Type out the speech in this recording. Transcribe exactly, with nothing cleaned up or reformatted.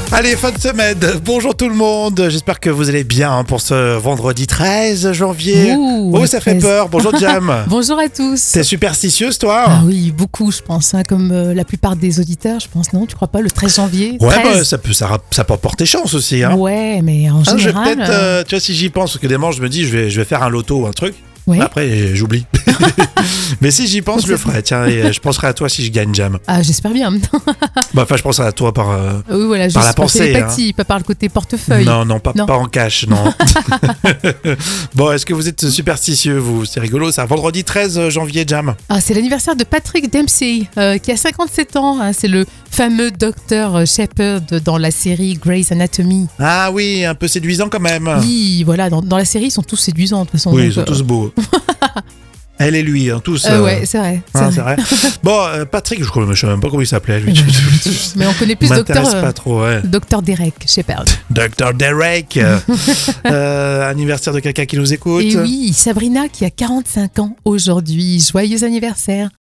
Allez, fin de semaine. Bonjour tout le monde. J'espère que vous allez bien pour ce vendredi treize janvier. Ouh, oh, ça fait treize. peur. Bonjour Jam. Bonjour à tous. T'es superstitieuse, toi? Ah oui, beaucoup, je pense, hein, comme euh, la plupart des auditeurs, je pense, non? Tu crois pas, le treize janvier? Ouais, treize. bah, ça peut, ça, rap- ça peut porter chance aussi. Hein. Ouais, mais en Hein, je vais général... peut-être, euh, tu vois, si j'y pense, parce que des moments, je me dis, je vais, je vais faire un loto ou un truc. Ouais. Après, j'oublie. Mais si j'y pense, je le ferai. Tiens, et je penserai à toi si je gagne Jam. Ah, j'espère bien. Bah, enfin, je pense à toi par. euh, oui, voilà, juste Par la par pensée, télépathie, pas par le côté portefeuille. Non, non, pas, Non. pas en cash, non. Bon, est-ce que vous êtes superstitieux, vous? C'est rigolo, c'est un vendredi treize janvier, Jam. Ah, c'est l'anniversaire de Patrick Dempsey, euh, qui a cinquante-sept ans. Hein, c'est le fameux docteur Shepard dans la série Grey's Anatomy. Ah oui, un peu séduisant quand même. Oui, voilà, dans, dans la série, ils sont tous séduisants, de toute façon. Oui, donc, ils sont euh, tous beaux. Elle et lui, hein, tous. euh, euh, ouais, c'est vrai. c'est hein, vrai. c'est vrai. Bon, euh, Patrick, je ne sais même pas comment il s'appelait, lui. Mais on connaît plus M'intéresse docteur, pas euh, trop, ouais. docteur Derek Shepard. docteur Derek. euh, euh, anniversaire de quelqu'un qui nous écoute. Et oui, Sabrina qui a quarante-cinq ans aujourd'hui. Joyeux anniversaire.